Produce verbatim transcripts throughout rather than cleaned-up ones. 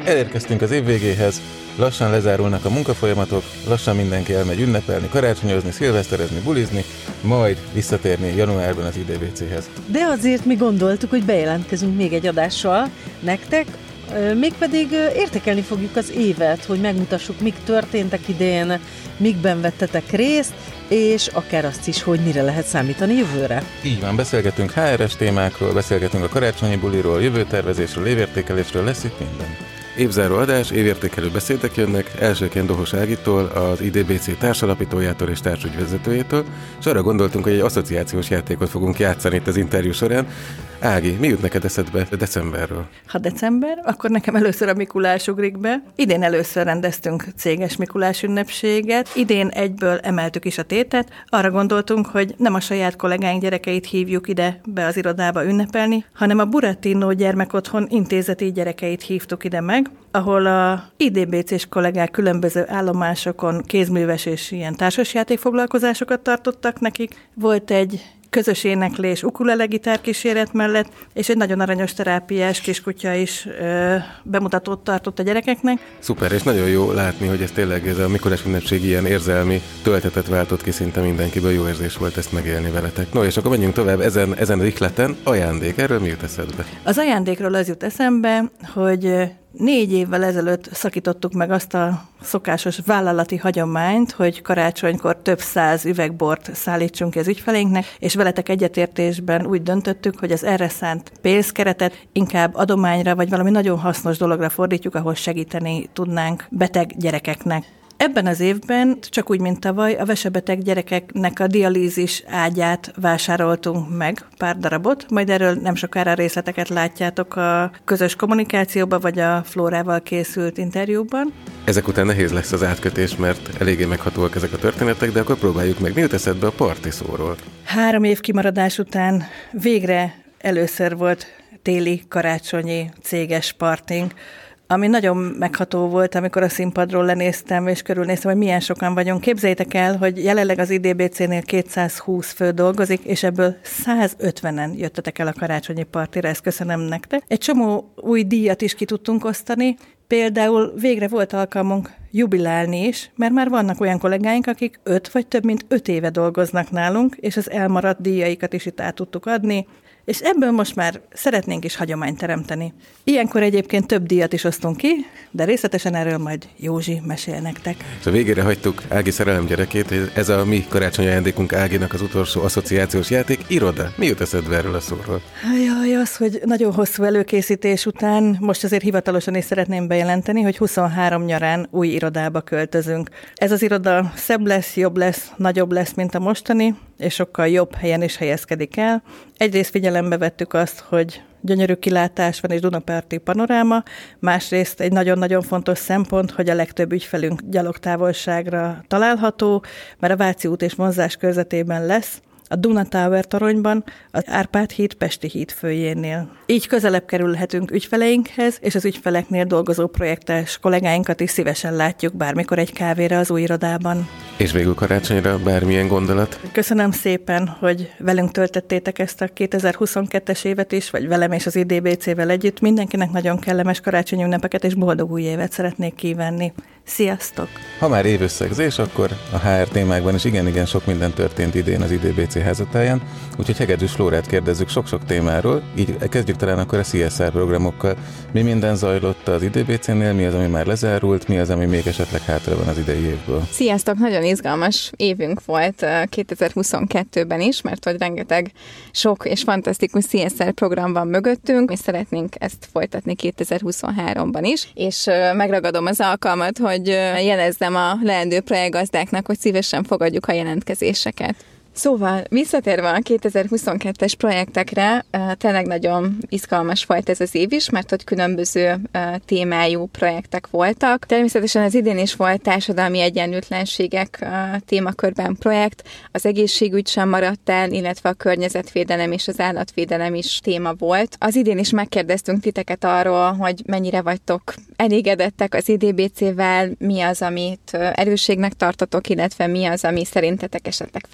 Elérkeztünk az év végéhez, lassan lezárulnak a munkafolyamatok, lassan mindenki elmegy ünnepelni, karácsonyozni, szilveszterezni, bulizni, majd visszatérni januárban az i dé bé céhez. De azért mi gondoltuk, hogy bejelentkezünk még egy adással nektek, mégpedig értékelni fogjuk az évet, hogy megmutassuk, mik történtek idén, mikben vettetek részt, és akár azt is, hogy mire lehet számítani jövőre. Így van, beszélgetünk há er es témákról, beszélgetünk a karácsonyi buliról, jövőtervezésről, évértékelésről, lesz itt minden. Évzáró adás, évértékelő beszédek jönnek, elsőként Dohos Ágitól, az i dé bé cé társalapítójától és társügyvezetőjétől, és arra gondoltunk, hogy egy asszociációs játékot fogunk játszani itt az interjú során. Ági, mi jut neked eszedbe decemberről? Ha december, akkor nekem először a Mikulás ugrik be. Idén először rendeztünk céges Mikulás ünnepséget, idén egyből emeltük is a tétet. Arra gondoltunk, hogy nem a saját kollégáink gyerekeit hívjuk ide be az irodába ünnepelni, hanem a Burattino gyermekotthon intézeti gyerekeit hívtuk ide meg, ahol a i dé bé cés kollégák különböző állomásokon kézműves és ilyen társasjáték foglalkozásokat tartottak nekik. Volt egy közös éneklés ukulele gitárkíséret mellett, és egy nagyon aranyos terápiás kiskutya is ö, bemutatót tartott a gyerekeknek. Szuper, és nagyon jó látni, hogy ez tényleg ez a Mikulás ünnepség ilyen érzelmi töltetet váltott ki, szinte mindenkiből jó érzés volt ezt megélni veletek. No, és akkor menjünk tovább ezen, ezen az ihleten. Ajándék, erről mi jut eszedbe? Az ajándékról az jut eszembe, hogy négy évvel ezelőtt szakítottuk meg azt a szokásos vállalati hagyományt, hogy karácsonykor több száz üvegbort szállítsunk ki az ügyfeleinknek, és veletek egyetértésben úgy döntöttük, hogy az erre szánt pénzkeretet inkább adományra, vagy valami nagyon hasznos dologra fordítjuk, ahol segíteni tudnánk beteg gyerekeknek. Ebben az évben, csak úgy, mint tavaly, a vesebeteg gyerekeknek a dialízis ágyát vásároltunk meg, pár darabot, majd erről nem sokára részleteket látjátok a közös kommunikációban, vagy a Flórával készült interjúban. Ezek után nehéz lesz az átkötés, mert eléggé meghatóak ezek a történetek, de akkor próbáljuk meg. Mi jut eszedbe a parti szóról? Három év kimaradás után végre először volt téli, karácsonyi, céges partink, ami nagyon megható volt, amikor a színpadról lenéztem, és körülnéztem, hogy milyen sokan vagyunk. Képzeljétek el, hogy jelenleg az i dé bé cénél kétszázhúsz fő dolgozik, és ebből százötvenen jöttetek el a karácsonyi partira, ezt köszönöm nektek. Egy csomó új díjat is ki tudtunk osztani, például végre volt alkalmunk jubilálni is, mert már vannak olyan kollégáink, akik öt vagy több mint öt éve dolgoznak nálunk, és az elmaradt díjaikat is itt át tudtuk adni, és ebből most már szeretnénk is hagyományt teremteni. Ilyenkor egyébként több díjat is osztunk ki, de részletesen erről majd Józsi mesél nektek. És a végére hagytuk Ági szerelem gyerekét, ez a mi karácsonyi ajándékunk Áginak az utolsó asszociációs játék, iroda. Mi jut eszedbe erről a szóról? Jaj, az, hogy nagyon hosszú előkészítés után most azért hivatalosan is szeretném bejelenteni, hogy huszonhárom nyarán új irodába költözünk. Ez az iroda szebb lesz, jobb lesz, nagyobb lesz, mint a mostani, és sokkal jobb helyen is helyezkedik el. Egyrészt figyelembe vettük azt, hogy gyönyörű kilátás van és dunaparti panoráma, másrészt egy nagyon-nagyon fontos szempont, hogy a legtöbb ügyfelünk gyalogtávolságra található, mert a Váci út és vonzás körzetében lesz, a Duna Tower toronyban, az Árpád híd Pesti híd főjénél. Így közelebb kerülhetünk ügyfeleinkhez, és az ügyfeleknél dolgozó projektes kollégáinkat is szívesen látjuk bármikor egy kávéra az új irodában. És végül karácsonyra bármilyen gondolat? Köszönöm szépen, hogy velünk töltöttétek ezt a kétezer-huszonkettes évet is, vagy velem és az i dé bé cével együtt. Mindenkinek nagyon kellemes karácsonyi ünnepeket és boldog új évet szeretnék kívánni. Sziasztok! Ha már évösszegzés, akkor a há er témákban is igen-igen sok minden történt idén az i dé bé cé házatáján, úgyhogy Hegedűs Flórát kérdezzük sok-sok témáról, így kezdjük talán akkor a cé es er programokkal. Mi minden zajlott az i dé bé cénél, mi az, ami már lezárult, mi az, ami még esetleg hátra van az idei évből? Sziasztok! Nagyon izgalmas évünk volt kétezer-huszonkettőben is, mert hogy rengeteg sok és fantasztikus cé es er program van mögöttünk, és szeretnénk ezt folytatni kétezer-huszonháromban is, és megragadom az alkalmat, hogy jelezzem a leendő projektgazdáknak, hogy szívesen fogadjuk a jelentkezéseket. Szóval visszatérve a kétezer-huszonkettes projektekre, tényleg nagyon izgalmas volt ez az év is, mert hogy különböző témájú projektek voltak. Természetesen az idén is volt társadalmi egyenlőtlenségek témakörben projekt, az egészségügy sem maradt el, illetve a környezetvédelem és az állatvédelem is téma volt. Az idén is megkérdeztünk titeket arról, hogy mennyire vagytok elégedettek az i dé bé cével, mi az, amit erősségnek tartotok, illetve mi az, ami szerintetek esetleg fejlesztendő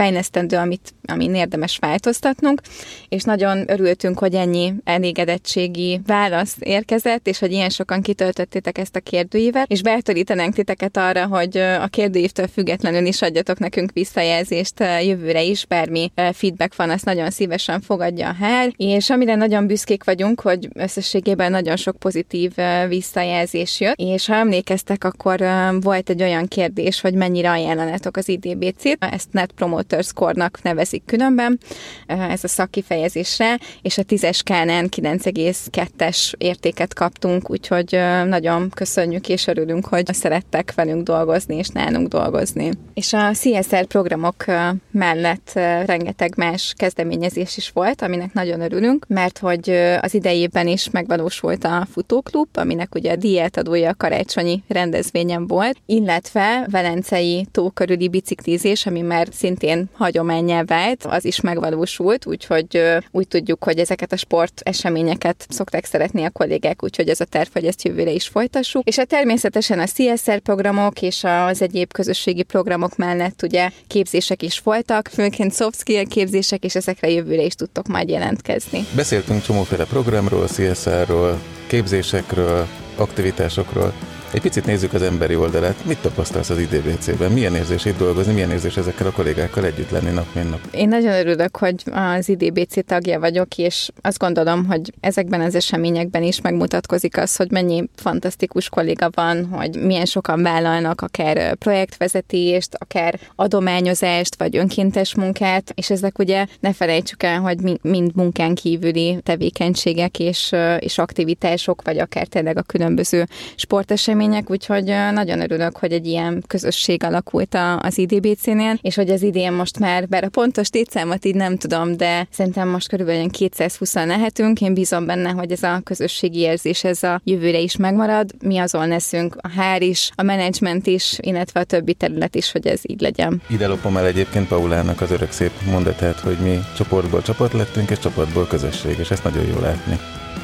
teendő, amit, amin érdemes változtatnunk, és nagyon örültünk, hogy ennyi elégedettségi válasz érkezett, és hogy ilyen sokan kitöltöttétek ezt a kérdőívet, és bátorítanánk titeket arra, hogy a kérdőívtől függetlenül is adjatok nekünk visszajelzést jövőre is, bármi feedback van, azt nagyon szívesen fogadja a há er, és amire nagyon büszkék vagyunk, hogy összességében nagyon sok pozitív visszajelzés jött, és ha emlékeztek, akkor volt egy olyan kérdés, hogy mennyire ajánlanátok az i dé bé cét, ezt Net Promoter Score-nak nevezik különben, ez a szakkifejezésre, és a tízes skálán kilenc egész kettes értéket kaptunk, úgyhogy nagyon köszönjük és örülünk, hogy szerettek velünk dolgozni és nálunk dolgozni. És a cé es er programok mellett rengeteg más kezdeményezés is volt, aminek nagyon örülünk, mert hogy az idejében is megvalósult a futóklub, aminek ugye a díjátadója a karácsonyi rendezvényen volt, illetve velencei tó körüli biciklizés, ami már szintén hagyománnyá vált, az is megvalósult, úgyhogy úgy tudjuk, hogy ezeket a sport eseményeket szokták szeretni a kollégák, úgyhogy ez a terv, hogy ezt jövőre is folytassuk. És a természetesen a cé es er programok és az egyéb közösségi programok mellett ugye képzések is voltak, főként soft skill képzések, és ezekre jövőre is tudtok majd jelentkezni. Beszéltünk csomóféle programról, cé es er-ről, képzésekről, aktivitásokról. Egy picit nézzük az emberi oldalát. Mit tapasztalsz az i dé bé cében? Milyen érzés itt dolgozni? Milyen érzés ezekkel a kollégákkal együtt lenni nap, mint nap? Én nagyon örülök, hogy az i dé bé cé tagja vagyok, és azt gondolom, hogy ezekben az eseményekben is megmutatkozik az, hogy mennyi fantasztikus kolléga van, hogy milyen sokan vállalnak akár projektvezetést, akár adományozást, vagy önkéntes munkát, és ezek ugye ne felejtsük el, hogy mind munkán kívüli tevékenységek és, és aktivitások, vagy akár tényleg a különböző sportesemények, úgyhogy nagyon örülök, hogy egy ilyen közösség alakult az i dé bé cénél, és hogy az idén most már, bár a pontos létszámot így nem tudom, de szerintem most körülbelül kétszázhúszan lehetünk. Én bízom benne, hogy ez a közösségi érzés ez a jövőre is megmarad. Mi azon leszünk, a há er is, a menedzsment is, illetve a többi terület is, hogy ez így legyen. Ide lopom el egyébként Paulának az örök szép mondatát, hogy mi csoportból csapat lettünk, és csapatból közösség, és ezt nagyon jól látni.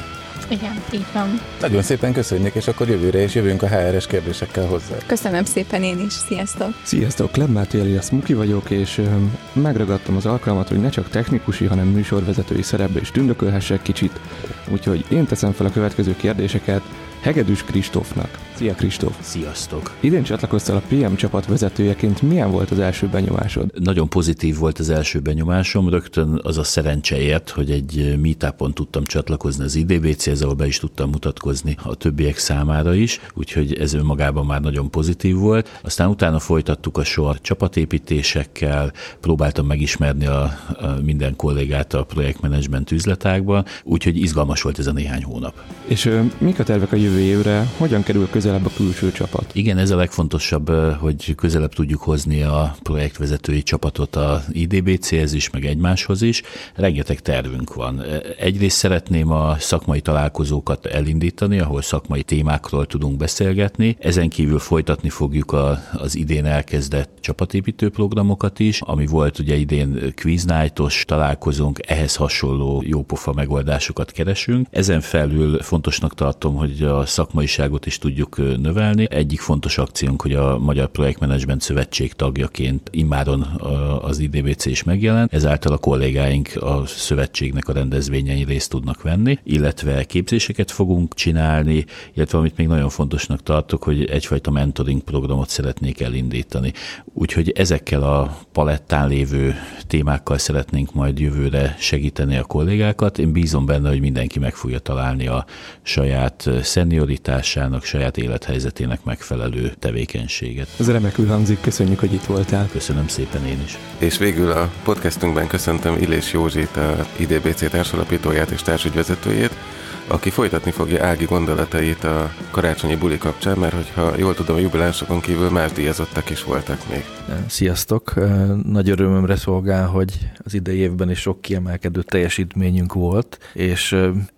Igen, így van. Nagyon szépen köszönjük, és akkor jövőre is jövünk a há er-es kérdésekkel hozzá. Köszönöm szépen én is. Sziasztok! Sziasztok! Lebmáté Elias Muki vagyok, és megragadtam az alkalmat, hogy ne csak technikusi, hanem műsorvezetői szerepbe is tündökölhessek kicsit. Úgyhogy én teszem fel a következő kérdéseket Hegedűs Kristófnak. Szia Kristóf! Sziasztok! Idén csatlakoztál a pé em csapat vezetőjeként. Milyen volt az első benyomásod? Nagyon pozitív volt az első benyomásom. Rögtön az a szerencse ért, hogy egy meetupon tudtam csatlakozni az i dé bé céhez, ahol be is tudtam mutatkozni a többiek számára is, úgyhogy ez önmagában már nagyon pozitív volt. Aztán utána folytattuk a sor csapatépítésekkel, próbáltam megismerni a, a minden kollégát a projektmenedzsment üzletágban, úgyhogy izgalmas volt ez a néhány hónap. És ö, mik a tervek a jövő évre? Hogyan kerül közelebb a külső csapat? Igen, ez a legfontosabb, hogy közelebb tudjuk hozni a projektvezetői csapatot az i dé bé céhez is, meg egymáshoz is. Rengeteg tervünk van. Egyrészt szeretném a szakmai találkozókat elindítani, ahol szakmai témákról tudunk beszélgetni. Ezen kívül folytatni fogjuk a, az idén elkezdett csapatépítő programokat is, ami volt ugye idén quiz night-os találkozónk, ehhez hasonló jópofa megoldásokat keresünk. Ezen felül fontosnak tartom, hogy a szakmaiságot is tudjuk növelni. Egyik fontos akciónk, hogy a Magyar Projektmenedzsment Szövetség tagjaként immáron az i dé bé cé is megjelent, ezáltal a kollégáink a szövetségnek a rendezvényein részt tudnak venni, illetve képzéseket fogunk csinálni, illetve amit még nagyon fontosnak tartok, hogy egyfajta mentoring programot szeretnék elindítani. Úgyhogy ezekkel a palettán lévő témákkal szeretnénk majd jövőre segíteni a kollégákat. Én bízom benne, hogy mindenki meg fogja találni a saját szenioritásának, saját élethelyzetének megfelelő tevékenységet. Ez remekül hangzik, köszönjük, hogy itt voltál. Köszönöm szépen én is. És végül a podcastunkban köszöntöm Illés Józsit, a i dé bé cé társalapítóját és társügyvezetőjét, aki folytatni fogja Ági gondolatait a karácsonyi buli kapcsán, mert hogyha jól tudom, a jubilánsokon kívül más díjazottak is voltak még. Sziasztok! Nagy örömömre szolgál, hogy az idei évben is sok kiemelkedő teljesítményünk volt, és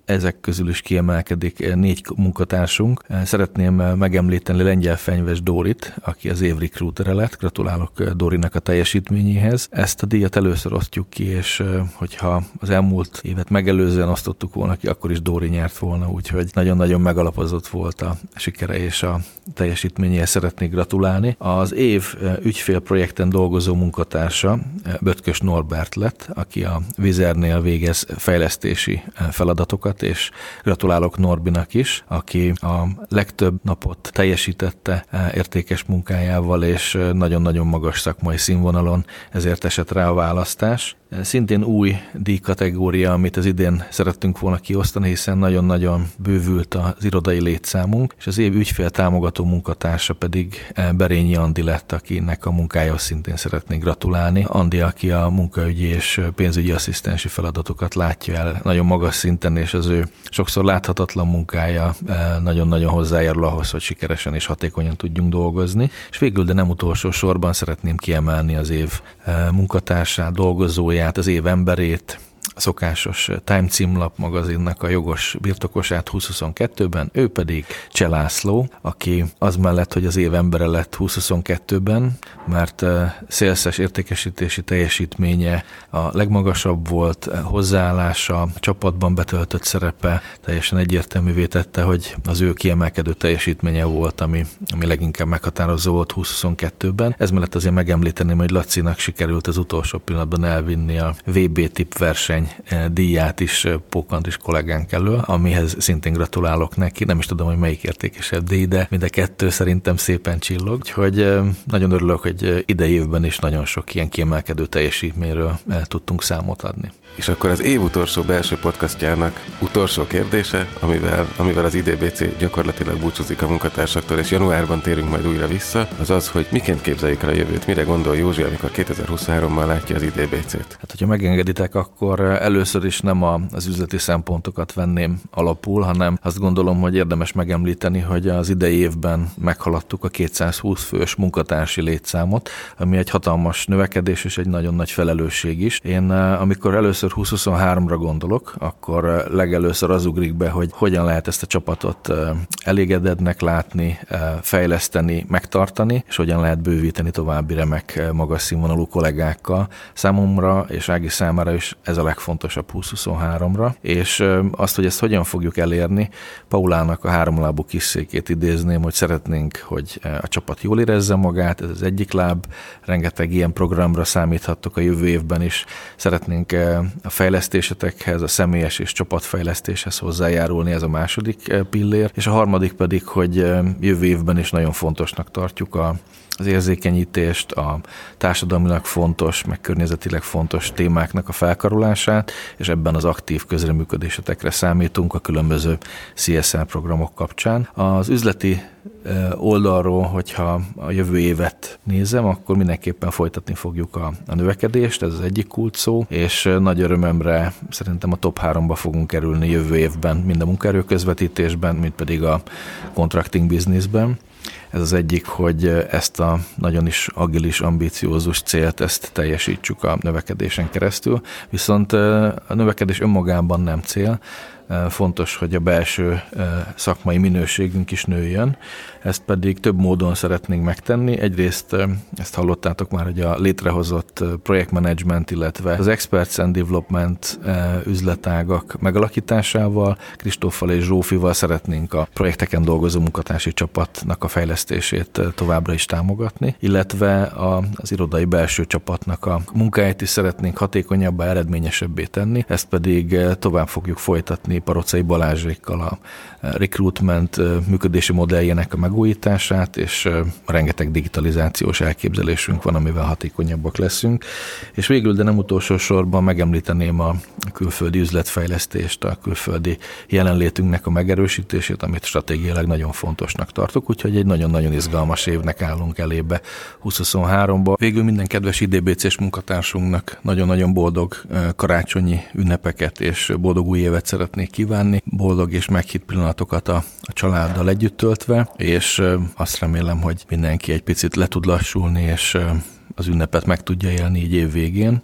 ezek közül is kiemelkedik négy munkatársunk. Szeretném megemlíteni Lengyel Fenyves Dórit, aki az év recruitere lett. Gratulálok Dórinak a teljesítményéhez. Ezt a díjat először osztjuk ki, és hogyha az elmúlt évet megelőzően osztottuk volna ki, akkor is Dóri nyert volna, úgyhogy nagyon-nagyon megalapozott volt a sikere és a teljesítményéhez szeretnék gratulálni. Az év ügyfélprojekten dolgozó munkatársa Bötkös Norbert lett, aki a Vizernél végez fejlesztési feladatokat, és gratulálok Norbinak is, aki a legtöbb napot teljesítette értékes munkájával, és nagyon-nagyon magas szakmai színvonalon, ezért esett rá a választás. Szintén új díjkategória, amit az idén szerettünk volna kiosztani, hiszen nagyon-nagyon bővült az irodai létszámunk, és az év ügyfél támogató munkatársa pedig Berényi Andi lett, akinek a munkájához szintén szeretnék gratulálni. Andi, aki a munkaügyi és pénzügyi asszisztensi feladatokat látja el nagyon magas szinten, és az ő sokszor láthatatlan munkája nagyon-nagyon hozzájárul ahhoz, hogy sikeresen és hatékonyan tudjunk dolgozni. És végül, de nem utolsó sorban szeretném kiemelni az év munkatársát, dolgozóját, az év emberét, a szokásos Time címlap magazinnak a jogos birtokosát húsz-huszonkettőben, ő pedig Cseh László, aki az mellett, hogy az év embere lett húsz-huszonkettőben, mert szélszes értékesítési teljesítménye a legmagasabb volt, hozzáállása, csapatban betöltött szerepe teljesen egyértelművé tette, hogy az ő kiemelkedő teljesítménye volt, ami, ami leginkább meghatározó volt húsz-huszonkettőben. Ez mellett azért megemlíteném, hogy Lacinak sikerült az utolsó pillanatban elvinni a vé bé tip verseny díját is Pók Andris kollégánk elől, amihez szintén gratulálok neki. Nem is tudom, hogy melyik értékesebb díj, de mind a kettő szerintem szépen csillog. Úgyhogy nagyon örülök, hogy idei évben is nagyon sok ilyen kiemelkedő teljesítményről tudtunk számot adni. És akkor az év utolsó belső podcastjának utolsó kérdése, amivel, amivel az i dé bé cé gyakorlatilag búcsúzik a munkatársaktól, és januárban térünk majd újra vissza, az az, hogy miként képzeljük el a jövőt, mire gondol Józsi, amikor kétezer-huszonháromban látja az i dé bé cét. Hát, hogyha megengeditek, akkor először is nem az üzleti szempontokat venném alapul, hanem azt gondolom, hogy érdemes megemlíteni, hogy az idei évben meghaladtuk a kétszázhúsz fős munkatársi létszámot, ami egy hatalmas növekedés és egy nagyon nagy felelősség is. Én amikor először húsz-huszonháromra gondolok, akkor legelőször az ugrik be, hogy hogyan lehet ezt a csapatot elégedetnek látni, fejleszteni, megtartani, és hogyan lehet bővíteni további remek, magas színvonalú kollégákkal. Számomra és Ági számára is ez a legfontosabb húsz-huszonháromra, és azt, hogy ezt hogyan fogjuk elérni, Paulának a háromlábú kis székét idézném, hogy szeretnénk, hogy a csapat jól érezze magát, ez az egyik láb, rengeteg ilyen programra számíthattok a jövő évben is, szeretnénk a fejlesztésetekhez, a személyes és csapatfejlesztéshez hozzájárulni, ez a második pillér, és a harmadik pedig, hogy jövő évben is nagyon fontosnak tartjuk a az érzékenyítést, a társadalmilag fontos, meg környezetileg fontos témáknak a felkarolását, és ebben az aktív közreműködésetekre számítunk a különböző cé es er programok kapcsán. Az üzleti oldalról, hogyha a jövő évet nézem, akkor mindenképpen folytatni fogjuk a, a növekedést, ez az egyik kulcs szó, és nagy örömömre szerintem a top háromba fogunk kerülni jövő évben, mind a munkaerőközvetítésben, mind pedig a contracting businessben. Ez az egyik, hogy ezt a nagyon is agilis, ambiciózus célt, ezt teljesítsük a növekedésen keresztül, viszont a növekedés önmagában nem cél, fontos, hogy a belső szakmai minőségünk is nőjön, ezt pedig több módon szeretnénk megtenni. Egyrészt ezt hallottátok már, hogy a létrehozott projektmenedzsment, illetve az Experts and Development üzletágak megalakításával, Kristóffal és Zsófival szeretnénk a projekteken dolgozó munkatársi csapatnak a fejlesztését továbbra is támogatni, illetve az irodai belső csapatnak a munkáját is szeretnénk hatékonyabbá, eredményesebbé tenni, ezt pedig tovább fogjuk folytatni Parocai Balázsékkal a recruitment működési modelljének a megújítását, és rengeteg digitalizációs elképzelésünk van, amivel hatékonyabbak leszünk. És végül, de nem utolsó sorban megemlíteném a külföldi üzletfejlesztést, a külföldi jelenlétünknek a megerősítését, amit stratégiailag nagyon fontosnak tartok, úgyhogy egy nagyon-nagyon izgalmas évnek állunk elébe húsz-huszonháromba. Végül minden kedves i dé bé cés munkatársunknak nagyon-nagyon boldog karácsonyi ünnepeket és boldog új évet szeretnék kívánni, boldog és meghitt pillanatokat a, a családdal együtt töltve, és azt remélem, hogy mindenki egy picit le tud lassulni, és az ünnepet meg tudja élni így év végén.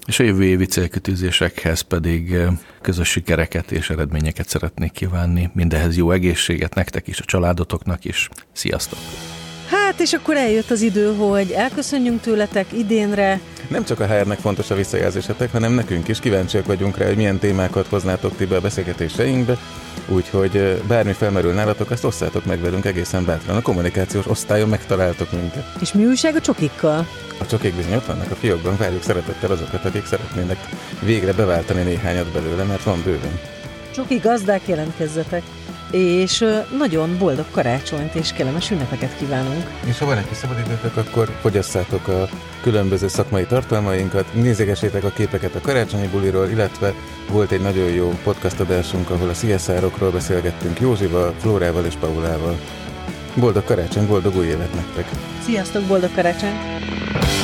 és a jövő évi célkitűzésekhez pedig közös sikereket és eredményeket szeretnék kívánni. Mindenhez jó egészséget nektek is, a családotoknak is. Sziasztok! Hát, és akkor eljött az idő, hogy elköszönjünk tőletek idénre. Nem csak a há er-nek fontos a visszajelzésetek, hanem nekünk is kíváncsiak vagyunk rá, hogy milyen témákat hoznátok ti be a beszélgetéseinkbe, úgyhogy bármi felmerül nálatok, azt osszátok meg velünk egészen bátran. A kommunikációs osztályon megtaláltok minket. És mi újság a csokikkal? A csokik bizony ott vannak a fiókban, várjuk szeretettel azokat, akik szeretnének végre beváltani néhányat belőle, mert van bőven. Csoki gazdák, jelentkezzetek! És nagyon boldog karácsonyt és kellemes ünnepeket kívánunk. És ha van egy kis szabadidőtök, akkor fogyasszátok a különböző szakmai tartalmainkat, nézegessétek a képeket a karácsonyi buliról, illetve volt egy nagyon jó podcast adásunk, ahol a cé es er-okról beszélgettünk Józsival, Flórával és Paulával. Boldog karácsony, boldog új évet nektek! Sziasztok, boldog karácsony!